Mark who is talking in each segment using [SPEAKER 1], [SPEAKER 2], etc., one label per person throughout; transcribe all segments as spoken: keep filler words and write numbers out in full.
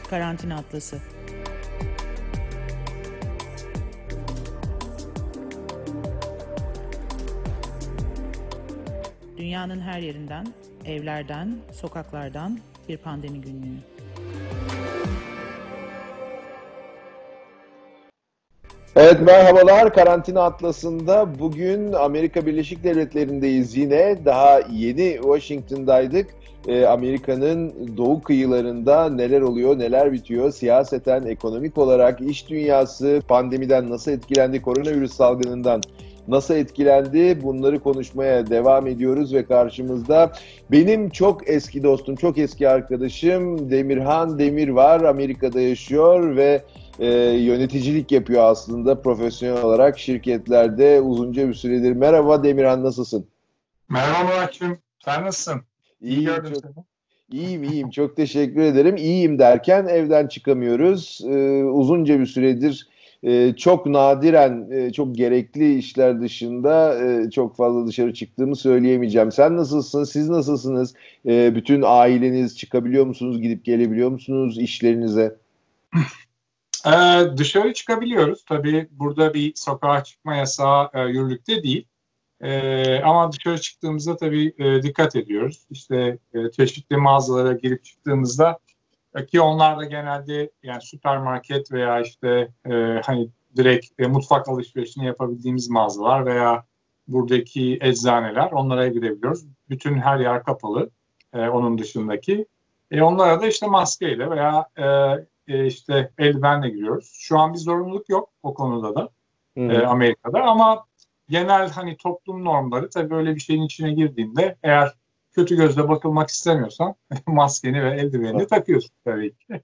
[SPEAKER 1] Karantina Atlası. Dünyanın her yerinden, evlerden, sokaklardan bir pandemi günlüğü.
[SPEAKER 2] Evet, merhabalar. Karantina Atlası'nda bugün Amerika Birleşik Devletleri'ndeyiz yine. Daha yeni Washington'daydık. Ee, Amerika'nın doğu kıyılarında neler oluyor, neler bitiyor? Siyaseten, ekonomik olarak, iş dünyası pandemiden nasıl etkilendi, koronavirüs salgınından nasıl etkilendi? Bunları konuşmaya devam ediyoruz ve karşımızda benim çok eski dostum, çok eski arkadaşım Demirhan Demir var. Amerika'da yaşıyor ve e, yöneticilik yapıyor aslında profesyonel olarak şirketlerde uzunca bir süredir. Merhaba Demirhan, nasılsın?
[SPEAKER 3] Merhaba Murat'cığım. Sen nasılsın? İyi
[SPEAKER 2] İyiyim,
[SPEAKER 3] gördüm
[SPEAKER 2] çok
[SPEAKER 3] seni.
[SPEAKER 2] iyiyim, iyiyim. Çok teşekkür ederim. İyiyim derken evden çıkamıyoruz. Ee, uzunca bir süredir e, çok nadiren, e, çok gerekli işler dışında e, çok fazla dışarı çıktığımı söyleyemeyeceğim. Sen nasılsın? Siz nasılsınız? E, bütün aileniz çıkabiliyor musunuz? Gidip gelebiliyor musunuz işlerinize?
[SPEAKER 3] Ee, dışarı çıkabiliyoruz. Tabii burada bir sokağa çıkma yasağı e, yürürlükte değil. Ee, ama dışarı çıktığımızda tabii e, dikkat ediyoruz. İşte e, çeşitli mağazalara girip çıktığımızda e, ki onlar da genelde yani süpermarket veya işte e, hani direkt e, mutfak alışverişini yapabildiğimiz mağazalar veya buradaki eczaneler, onlara girebiliyoruz. Bütün her yer kapalı. E, onun dışındaki. E, onlara da işte maskeyle veya e, e, işte eldivenle giriyoruz. Şu an bir zorunluluk yok o konuda da
[SPEAKER 2] Hı
[SPEAKER 3] e,
[SPEAKER 2] hı.
[SPEAKER 3] Amerika'da, ama genel hani toplum normları tabii böyle bir şeyin içine girdiğinde eğer kötü gözle bakılmak istemiyorsan maskeni ve eldivenini takıyorsun tabii ki.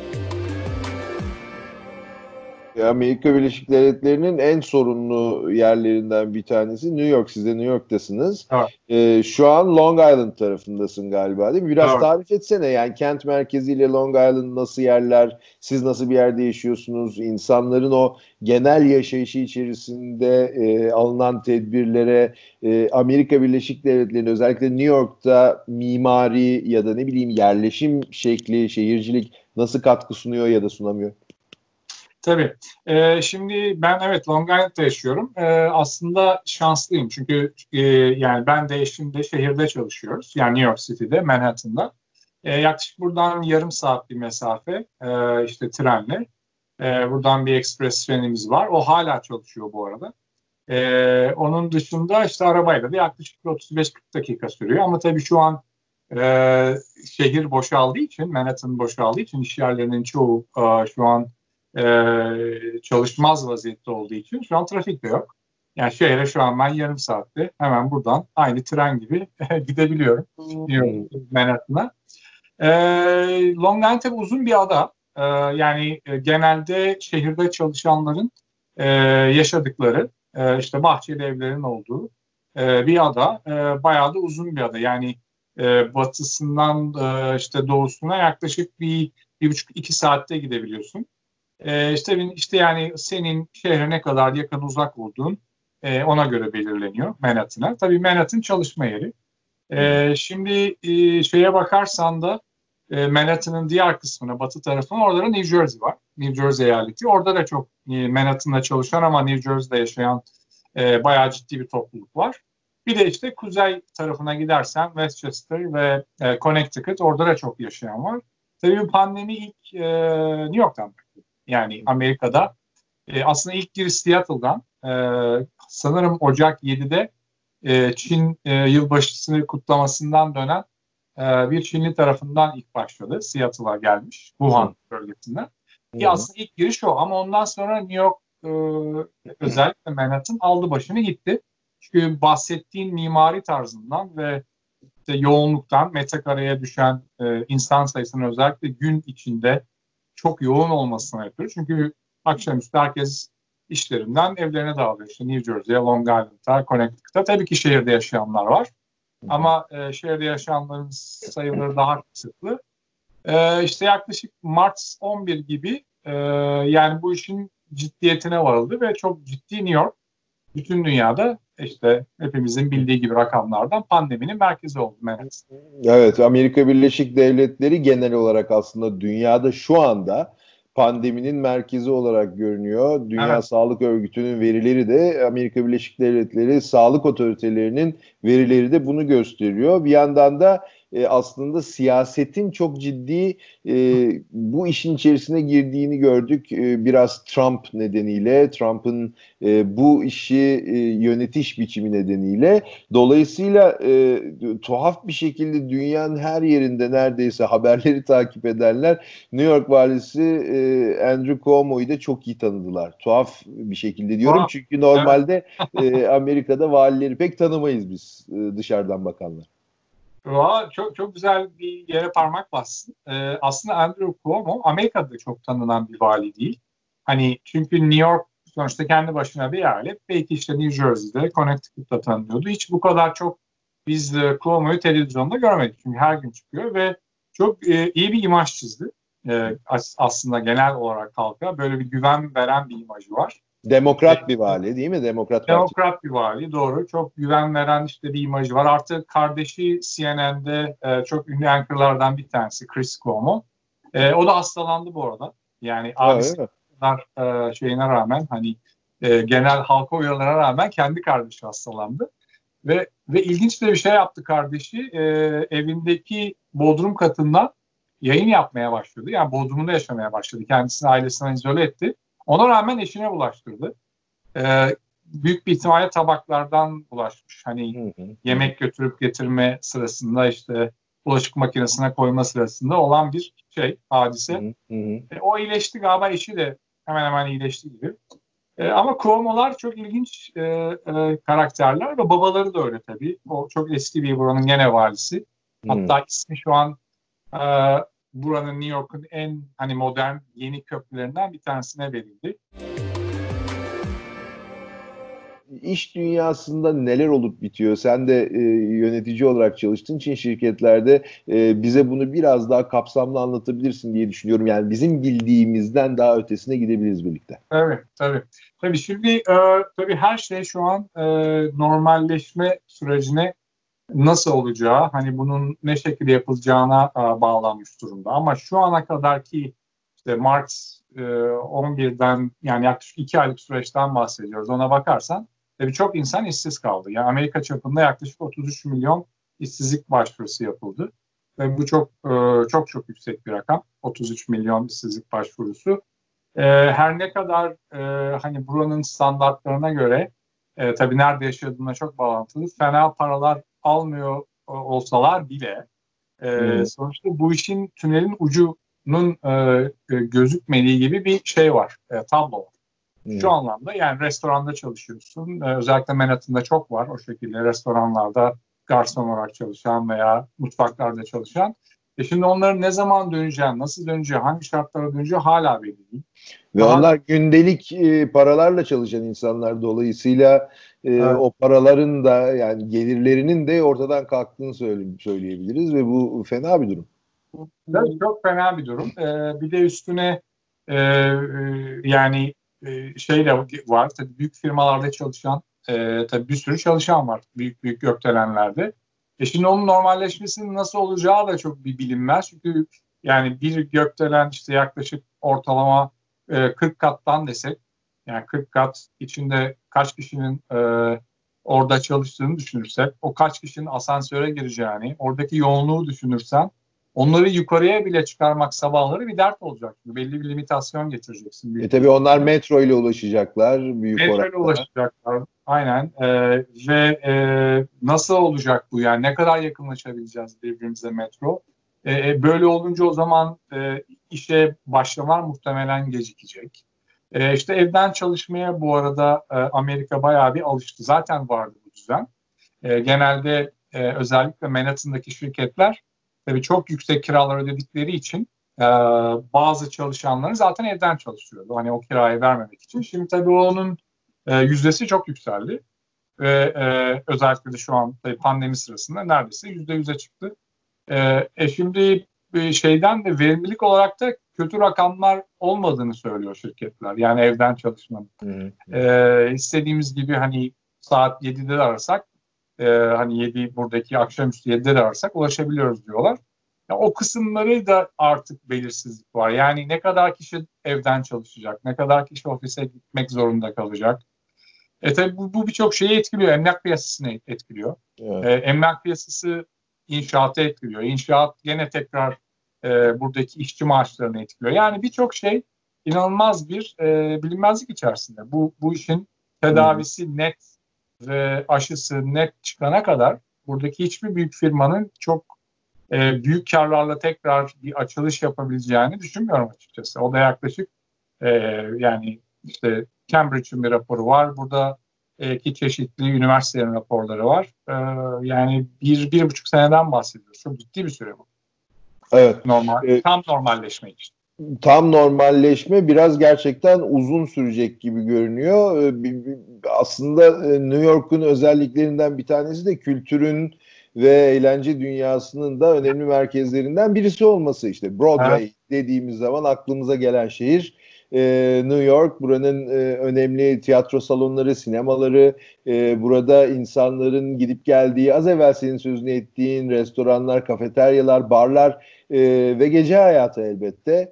[SPEAKER 2] Amerika Birleşik Devletleri'nin en sorunlu yerlerinden bir tanesi New York. Siz de New York'tasınız.
[SPEAKER 3] Evet,
[SPEAKER 2] Ee, şu an Long Island tarafındasın galiba, değil mi? Biraz
[SPEAKER 3] evet.
[SPEAKER 2] tarif etsene. Yani kent merkeziyle Long Island nasıl yerler? Siz nasıl bir yerde yaşıyorsunuz? İnsanların o genel yaşayışı içerisinde e, alınan tedbirlere, e, Amerika Birleşik Devletleri'nin özellikle New York'ta mimari ya da ne bileyim yerleşim şekli, şehircilik nasıl katkı sunuyor ya da sunamıyor?
[SPEAKER 3] Tabii. Ee, şimdi ben evet Long Island'da yaşıyorum. Ee, aslında şanslıyım çünkü e, yani ben de eşim de şehirde çalışıyoruz. Yani New York City'de, Manhattan'da. Ee, yaklaşık buradan yarım saat bir mesafe e, işte trenle. Ee, buradan bir ekspres trenimiz var. O hala çalışıyor bu arada. Ee, onun dışında işte arabayla da yaklaşık otuz beş kırk dakika sürüyor. Ama tabii şu an e, şehir boşaldığı için, Manhattan boşaldığı için iş yerlerinin çoğu e, şu an e, çalışmaz vaziyette olduğu için şu an trafik de yok. Yani şehre şu an ben yarım saatte hemen buradan aynı tren gibi gidebiliyorum. New York,
[SPEAKER 2] Hı
[SPEAKER 3] Manhattan'a. E, Long Island tabii uzun bir ada. E, yani e, genelde şehirde çalışanların e, yaşadıkları, e, işte bahçeli evlerin olduğu e, bir ada. E, bayağı da uzun bir ada. Yani e, batısından e, işte doğusuna yaklaşık bir, bir buçuk iki saatte gidebiliyorsun. E, işte, işte yani senin şehre ne kadar yakın uzak olduğun e, ona göre belirleniyor Manhattan'a. Tabii Manhattan çalışma yeri.
[SPEAKER 2] hı.
[SPEAKER 3] E, şimdi e, şeye bakarsan da e, Manhattan'ın diğer kısmına, batı tarafına, orada da New Jersey var. New Jersey eyaleti. Orada da çok e, Manhattan'da çalışan ama New Jersey'de yaşayan e, bayağı ciddi bir topluluk var. Bir de işte kuzey tarafına gidersen Westchester ve e, Connecticut, orada da çok yaşayan var. Tabii pandemi ilk e, New York'tan başladı. Yani Amerika'da e, aslında ilk giriş Seattle'dan, e, sanırım Ocak yedide e, Çin e, yılbaşısını kutlamasından dönen e, bir Çinli tarafından ilk başladı. Seattle'a gelmiş,
[SPEAKER 2] Hı
[SPEAKER 3] Wuhan bölgesinden. Ki
[SPEAKER 2] hı.
[SPEAKER 3] aslında ilk giriş o, ama ondan sonra New York, e, özellikle Manhattan aldı başını gitti. Çünkü bahsettiğin mimari tarzından ve işte yoğunluktan, metrekareye düşen e, insan sayısının özellikle gün içinde çok yoğun olmasına yapıyor. Çünkü akşamüstü herkes işlerinden evlerine dağılıyor. İşte New Jersey'ye, Long Island'a, Connecticut'a. Tabii ki şehirde yaşayanlar var.
[SPEAKER 2] Hı hı.
[SPEAKER 3] Ama e, şehirde yaşayanların sayıları daha kısıtlı. E, işte yaklaşık Mart on bir gibi e, yani bu işin ciddiyetine varıldı ve çok ciddi New York bütün dünyada işte hepimizin bildiği gibi rakamlardan pandeminin merkezi oldu Manhattan.
[SPEAKER 2] Evet, Amerika Birleşik Devletleri genel olarak aslında dünyada şu anda pandeminin merkezi olarak görünüyor. Dünya
[SPEAKER 3] Evet.
[SPEAKER 2] Sağlık Örgütü'nün verileri de Amerika Birleşik Devletleri sağlık otoritelerinin verileri de bunu gösteriyor. Bir yandan da e, aslında siyasetin çok ciddi e, bu işin içerisine girdiğini gördük. E, biraz Trump nedeniyle, Trump'ın e, bu işi e, yönetiş biçimi nedeniyle. Dolayısıyla e, tuhaf bir şekilde dünyanın her yerinde neredeyse haberleri takip edenler New York valisi e, Andrew Cuomo'yu da çok iyi tanıdılar. Tuhaf bir şekilde diyorum
[SPEAKER 3] Tuhaf.
[SPEAKER 2] çünkü normalde e, Amerika'da valileri pek tanımayız biz e, dışarıdan bakanlar.
[SPEAKER 3] Valla çok çok güzel bir yere parmak bastın. Ee, aslında Andrew Cuomo Amerika'da çok tanınan bir vali değil. Hani çünkü New York sonuçta kendi başına bir eyalet. Belki işte New Jersey'de, Connecticut'ta tanınıyordu. Hiç bu kadar çok biz e, Cuomo'yu televizyonda görmedik. Çünkü her gün çıkıyor ve çok e, iyi bir imaj çizdi. E, as- aslında genel olarak halka böyle bir güven veren bir imajı var.
[SPEAKER 2] Demokrat bir vali değil mi? Demokrat Parti.
[SPEAKER 3] Demokrat bir vali, doğru. Çok güven veren işte bir imajı var. Artık kardeşi C N N'de e, çok ünlü anchorlardan bir tanesi Chris Cuomo. E, o da hastalandı bu arada. Yani
[SPEAKER 2] Ha,
[SPEAKER 3] abisi
[SPEAKER 2] öyle mi?
[SPEAKER 3] kadar e, şeyine rağmen hani e, genel halka uyarılara rağmen kendi kardeşi hastalandı. Ve ve ilginç de bir şey yaptı kardeşi. E, evindeki bodrum katından yayın yapmaya başladı. Yani bodrumunda yaşamaya başladı. Kendisini ailesinden izole etti. Ona rağmen eşine bulaştırdı. Ee, büyük bir ihtimalle tabaklardan bulaşmış. Hani
[SPEAKER 2] Hı hı.
[SPEAKER 3] yemek götürüp getirme sırasında işte bulaşık makinesine koyma sırasında olan bir şey,
[SPEAKER 2] Hı
[SPEAKER 3] hadise.
[SPEAKER 2] hı. Hı hı.
[SPEAKER 3] E, o iyileşti galiba, eşi de hemen hemen iyileşti gibi. E, ama Cuomo'lar çok ilginç e, e, karakterler ve babaları da öyle tabii. O çok eski bir buranın gene valisi.
[SPEAKER 2] Hı.
[SPEAKER 3] Hatta ismi şu an e, buranın New York'un en hani modern yeni köprülerinden bir tanesine verildi.
[SPEAKER 2] İş dünyasında neler olup bitiyor? Sen de e, yönetici olarak çalıştığın için şirketlerde e, bize bunu biraz daha kapsamlı anlatabilirsin diye düşünüyorum. Yani bizim bildiğimizden daha ötesine gidebiliriz birlikte.
[SPEAKER 3] Evet, tabii. Tabii şimdi e, tabii her şey şu an e, normalleşme sürecine nasıl olacağı, hani bunun ne şekilde yapılacağına e, bağlanmış durumda. Ama şu ana kadarki işte Mart e, on birden yani yaklaşık iki aylık süreçten bahsediyoruz. Ona bakarsan tabii çok insan işsiz kaldı. Yani Amerika çapında yaklaşık otuz üç milyon işsizlik başvurusu yapıldı. Ve bu çok e, çok çok yüksek bir rakam. otuz üç milyon işsizlik başvurusu. E, her ne kadar e, hani buranın standartlarına göre e, tabii nerede yaşadığına çok bağlantılı fena paralar almıyor e, olsalar bile e,
[SPEAKER 2] Hı
[SPEAKER 3] sonuçta bu işin tünelin ucunun e, e, gözükmediği gibi bir şey var, e, tablo var. Şu
[SPEAKER 2] hı.
[SPEAKER 3] anlamda yani restoranda çalışıyorsun. E, özellikle Manhattan'da çok var o şekilde restoranlarda garson olarak çalışan veya mutfaklarda çalışan. E şimdi onların ne zaman döneceği, nasıl döneceği, hangi şartlara döneceği hala belli değil.
[SPEAKER 2] Ve
[SPEAKER 3] Daha
[SPEAKER 2] onlar gündelik e, paralarla çalışan insanlar dolayısıyla e,
[SPEAKER 3] evet,
[SPEAKER 2] o paraların da yani gelirlerinin de ortadan kalktığını söyle, söyleyebiliriz ve bu fena bir durum.
[SPEAKER 3] çok, çok fena bir durum. E, bir de üstüne e, e, yani e, şey de var. Tabii büyük firmalarda çalışan e, tabii bir sürü çalışan var. Büyük büyük gökdelenlerde. E şimdi onun normalleşmesinin nasıl olacağı da çok bir bilinmez. Çünkü yani bir gökdelen işte yaklaşık ortalama e, kırk kattan desek yani kırk kat içinde kaç kişinin e, orada çalıştığını düşünürsek o kaç kişinin asansöre gireceğini oradaki yoğunluğu düşünürsen onları yukarıya bile çıkarmak sabahları bir dert olacak. Belli bir limitasyon getireceksin
[SPEAKER 2] E
[SPEAKER 3] büyük bir
[SPEAKER 2] tabii onlar
[SPEAKER 3] ihtimalle.
[SPEAKER 2] metro ile ulaşacaklar büyük
[SPEAKER 3] Metro ile
[SPEAKER 2] oranda.
[SPEAKER 3] ulaşacaklar. Aynen. Ee, ve e, nasıl olacak bu? Yani ne kadar yakınlaşabileceğiz birbirimize metro? Ee, böyle olunca o zaman e, işe başlamalar muhtemelen gecikecek. E, işte evden çalışmaya bu arada e, Amerika bayağı bir alıştı. Zaten vardı bu düzen. E, genelde e, özellikle Manhattan'daki şirketler tabii çok yüksek kiralar ödedikleri için e, bazı çalışanları zaten evden çalıştırıyordu. Hani o kirayı vermemek için. Şimdi tabii onun e, yüzdesi çok yükseldi. Ve e, özellikle de şu an tabii pandemi sırasında neredeyse yüzde yüze çıktı. E, e şimdi e, şeyden de verimlilik olarak da kötü rakamlar olmadığını söylüyor şirketler. Yani evden çalışmanın.
[SPEAKER 2] Hı hı.
[SPEAKER 3] E, istediğimiz gibi hani saat yedide de arasak, e, hani yedi buradaki akşamüstü yedide de arasak ulaşabiliyoruz diyorlar. Ya o kısımları da artık belirsizlik var. Yani ne kadar kişi evden çalışacak, ne kadar kişi ofise gitmek zorunda kalacak. E tabi bu, bu birçok şeyi etkiliyor. Emlak piyasasını etkiliyor.
[SPEAKER 2] Evet.
[SPEAKER 3] E, emlak piyasası inşaatı etkiliyor. İnşaat gene tekrar e, buradaki işçi maaşlarını etkiliyor. Yani birçok şey inanılmaz bir e, bilinmezlik içerisinde. Bu, bu işin tedavisi hmm. net ve aşısı net çıkana kadar buradaki hiçbir büyük firmanın çok e, büyük karlarla tekrar bir açılış yapabileceğini düşünmüyorum açıkçası. O da yaklaşık e, yani işte Cambridge'in bir raporu var. Burada iki çeşitli üniversitelerin raporları var. E, yani bir, bir buçuk seneden bahsediyoruz. Çok ciddi bir süre bu.
[SPEAKER 2] Evet.
[SPEAKER 3] Normal,
[SPEAKER 2] ee,
[SPEAKER 3] tam normalleşme için.
[SPEAKER 2] Tam normalleşme biraz gerçekten uzun sürecek gibi görünüyor. Aslında New York'un özelliklerinden bir tanesi de kültürün ve eğlence dünyasının da önemli merkezlerinden birisi olması. İşte Broadway evet. dediğimiz zaman aklımıza gelen şehir New York. Buranın önemli tiyatro salonları, sinemaları, burada insanların gidip geldiği, az evvel senin sözünü ettiğin restoranlar, kafeteryalar, barlar ve gece hayatı elbette.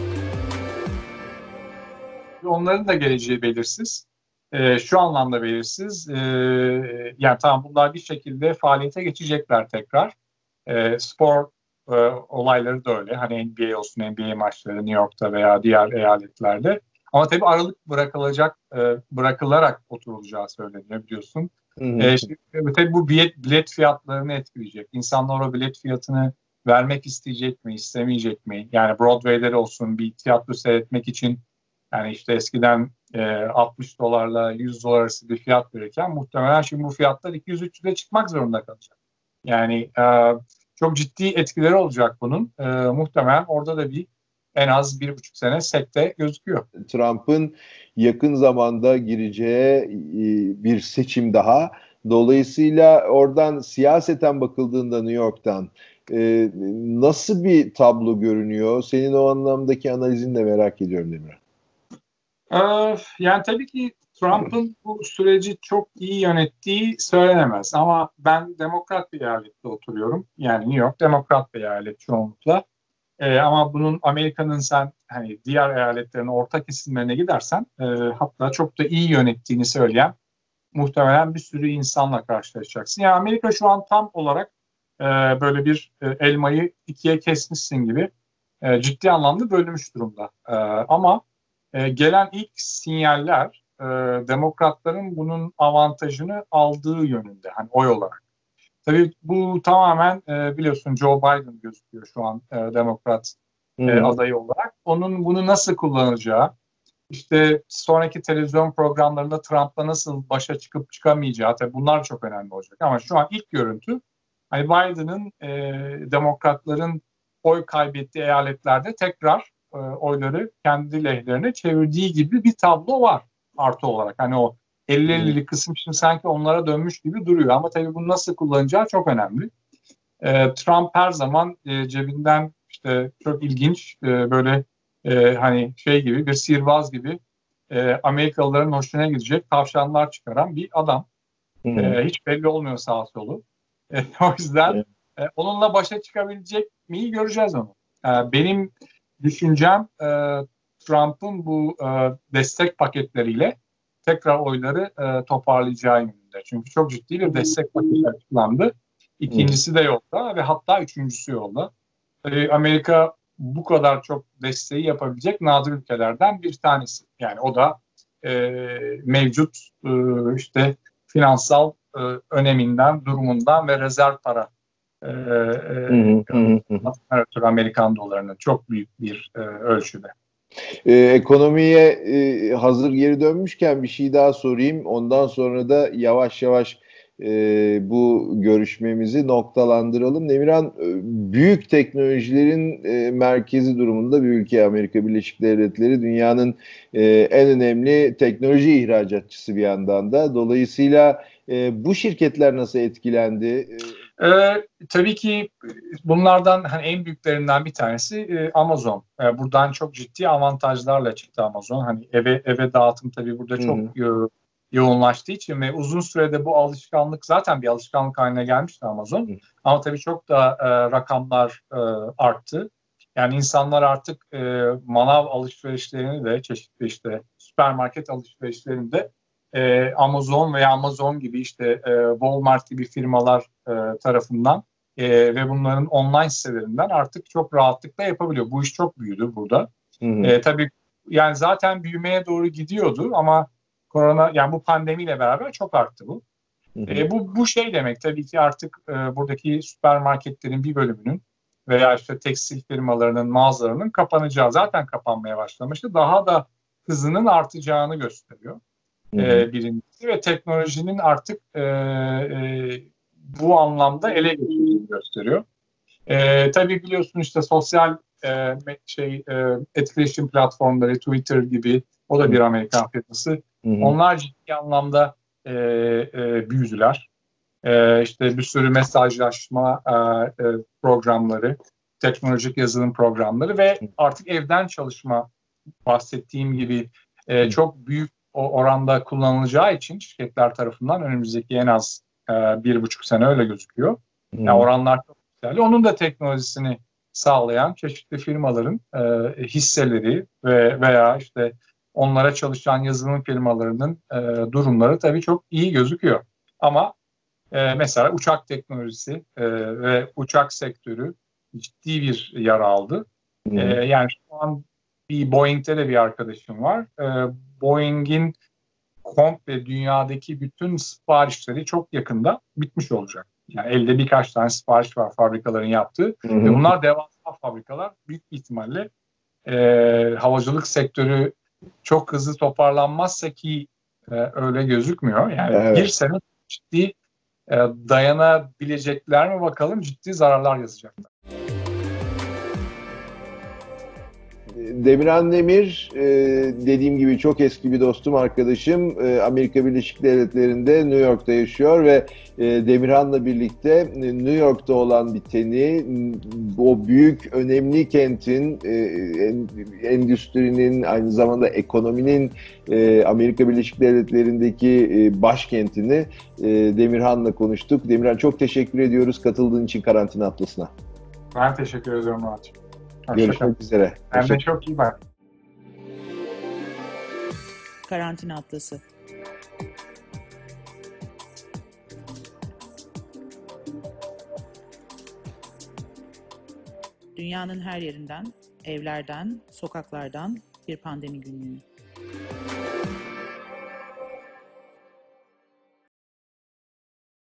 [SPEAKER 3] Onların da geleceği belirsiz. E, şu anlamda belirsiz. E, yani tamam bunlar bir şekilde faaliyete geçecekler tekrar. E, spor e, olayları da öyle. Hani N B A olsun, N B A maçları New York'ta veya diğer eyaletlerde. Ama tabii aralık bırakılacak, e, bırakılarak oturulacağı söyleniyor biliyorsun. Hı hı. E, işte, tabii bu bilet, bilet fiyatlarını etkileyecek. İnsanlar o bilet fiyatını vermek isteyecek mi, istemeyecek mi? Yani Broadway'ler olsun, bir tiyatro seyretmek için yani işte eskiden e, altmış dolarla yüz dolar arası bir fiyat verirken muhtemelen şimdi bu fiyatlar iki yüz üç yüze çıkmak zorunda kalacak. Yani e, çok ciddi etkileri olacak bunun. E, muhtemelen orada da bir en az bir buçuk sene sekte gözüküyor.
[SPEAKER 2] Trump'ın yakın zamanda gireceği e, bir seçim daha. Dolayısıyla oradan siyaseten bakıldığında New York'tan e, nasıl bir tablo görünüyor? Senin o anlamdaki analizini de merak ediyorum Demir.
[SPEAKER 3] Ee, yani tabii ki Trump'ın bu süreci çok iyi yönettiği söylenemez. Ama ben demokrat bir eyalette oturuyorum. Yani New York demokrat bir eyalet çoğunlukla. Ee, ama bunun Amerika'nın sen hani diğer eyaletlerin orta kesimlerine gidersen e, hatta çok da iyi yönettiğini söyleyen muhtemelen bir sürü insanla karşılaşacaksın. Yani Amerika şu an tam olarak e, böyle bir e, elmayı ikiye kesmişsin gibi e, ciddi anlamda bölünmüş durumda. E, ama e, gelen ilk sinyaller e, demokratların bunun avantajını aldığı yönünde hani oy olarak. Tabii bu tamamen e, biliyorsun Joe Biden gözüküyor şu an e, demokrat e, adayı olarak. Onun bunu nasıl kullanacağı, işte sonraki televizyon programlarında Trump'la nasıl başa çıkıp çıkamayacağı, tabii bunlar çok önemli olacak. Ama şu an ilk görüntü hani Biden'ın e, demokratların oy kaybettiği eyaletlerde tekrar e, oyları kendi lehlerine çevirdiği gibi bir tablo var artı olarak. Hani o elli ellilik kısım şimdi sanki onlara dönmüş gibi duruyor. Ama tabii bunu nasıl kullanacağı çok önemli. E, Trump her zaman e, cebinden işte çok ilginç e, böyle e, hani şey gibi bir sihirbaz gibi e, Amerikalıların hoşuna gidecek tavşanlar çıkaran bir adam. E, hiç belli olmuyor sağa solu. E, o yüzden e, onunla başa çıkabilecek miyi göreceğiz onu. E, benim düşüncem e, Trump'ın bu e, destek paketleriyle tekrar oyları e, toparlayacağı yönünde. Çünkü çok ciddi bir destek paketi açıklandı. İkincisi de yolda ve hatta üçüncüsü yolda. E, Amerika bu kadar çok desteği yapabilecek nadir ülkelerden bir tanesi. Yani o da e, mevcut e, işte finansal e, öneminden, durumundan ve rezerv para e, e, Amerikan dolarının çok büyük bir e, ölçüde.
[SPEAKER 2] Ee, ekonomiye e, hazır geri dönmüşken bir şey daha sorayım. Ondan sonra da yavaş yavaş e, bu görüşmemizi noktalandıralım. Demirhan, büyük teknolojilerin e, merkezi durumunda bir ülke Amerika Birleşik Devletleri. Dünyanın e, en önemli teknoloji ihracatçısı bir yandan da. Dolayısıyla e, bu şirketler nasıl etkilendi?
[SPEAKER 3] Ee, tabii ki bunlardan hani en büyüklerinden bir tanesi e, Amazon. E, buradan çok ciddi avantajlarla çıktı Amazon. Hani eve eve dağıtım tabii burada çok e, yoğunlaştığı için ve uzun sürede bu alışkanlık zaten bir alışkanlık haline gelmişti Amazon. Hı. Ama tabii çok da e, rakamlar e, arttı. Yani insanlar artık e, manav alışverişlerini de çeşitli işte süpermarket alışverişlerini de e, Amazon veya Amazon gibi işte e, Walmart gibi firmalar e, tarafından e, ve bunların online sitelerinden artık çok rahatlıkla yapabiliyor. Bu iş çok büyüdü burada. Hı hı. E, tabii yani zaten büyümeye doğru gidiyordu ama korona yani bu pandemiyle beraber çok arttı bu. Hı hı. E, bu bu şey demek tabii ki artık e, buradaki süpermarketlerin bir bölümünün veya işte tekstil firmalarının, mağazalarının kapanacağı, zaten kapanmaya başlamıştı. Daha da hızının artacağını gösteriyor. Hı hı. E, birincisi ve teknolojinin artık e, e, bu anlamda ele geçirdiğini gösteriyor. E, tabii biliyorsun işte sosyal e, şey e, etkileşim platformları, Twitter gibi, o da bir Amerikan firması. Hı hı. Onlar ciddi anlamda e, e, büyüdüler. E, işte bir sürü mesajlaşma e, e, programları, teknolojik yazılım programları ve artık evden çalışma, bahsettiğim gibi e, çok büyük o oranda kullanılacağı için şirketler tarafından önümüzdeki en az e, bir buçuk sene öyle gözüküyor. Hmm. Yani oranlar çok güzel. Onun da teknolojisini sağlayan çeşitli firmaların e, hisseleri ve veya işte onlara çalışan yazılım firmalarının e, durumları tabii çok iyi gözüküyor. Ama e, mesela uçak teknolojisi e, ve uçak sektörü ciddi bir yara aldı. Hmm. E, yani şu an bir Boeing'te de bir arkadaşım var. E, Boeing'in komple dünyadaki bütün siparişleri çok yakında bitmiş olacak. Yani elde birkaç tane sipariş var fabrikaların yaptığı. Hı hı. Ve bunlar devasa fabrikalar. Büyük ihtimalle e, havacılık sektörü çok hızlı toparlanmazsa ki e, öyle gözükmüyor. Yani evet. Bir sene ciddi e, dayanabilecekler mi bakalım, ciddi zararlar yazacaklar.
[SPEAKER 2] Demirhan Demir, e, dediğim gibi çok eski bir dostum, arkadaşım. E, Amerika Birleşik Devletleri'nde, New York'ta yaşıyor ve e, Demirhan'la birlikte New York'ta olan biteni, o büyük, önemli kentin, e, endüstrinin, aynı zamanda ekonominin e, Amerika Birleşik Devletleri'ndeki e, başkentini e, Demirhan'la konuştuk. Demirhan, çok teşekkür ediyoruz katıldığın için Karantina Atlası'na.
[SPEAKER 3] Ben teşekkür ediyorum Murat'cığım.
[SPEAKER 2] Görüşmek üzere.
[SPEAKER 3] Ben de çok iyi bak.
[SPEAKER 1] Karantina Atlası. Dünyanın her yerinden, evlerden, sokaklardan bir pandemi günlüğü.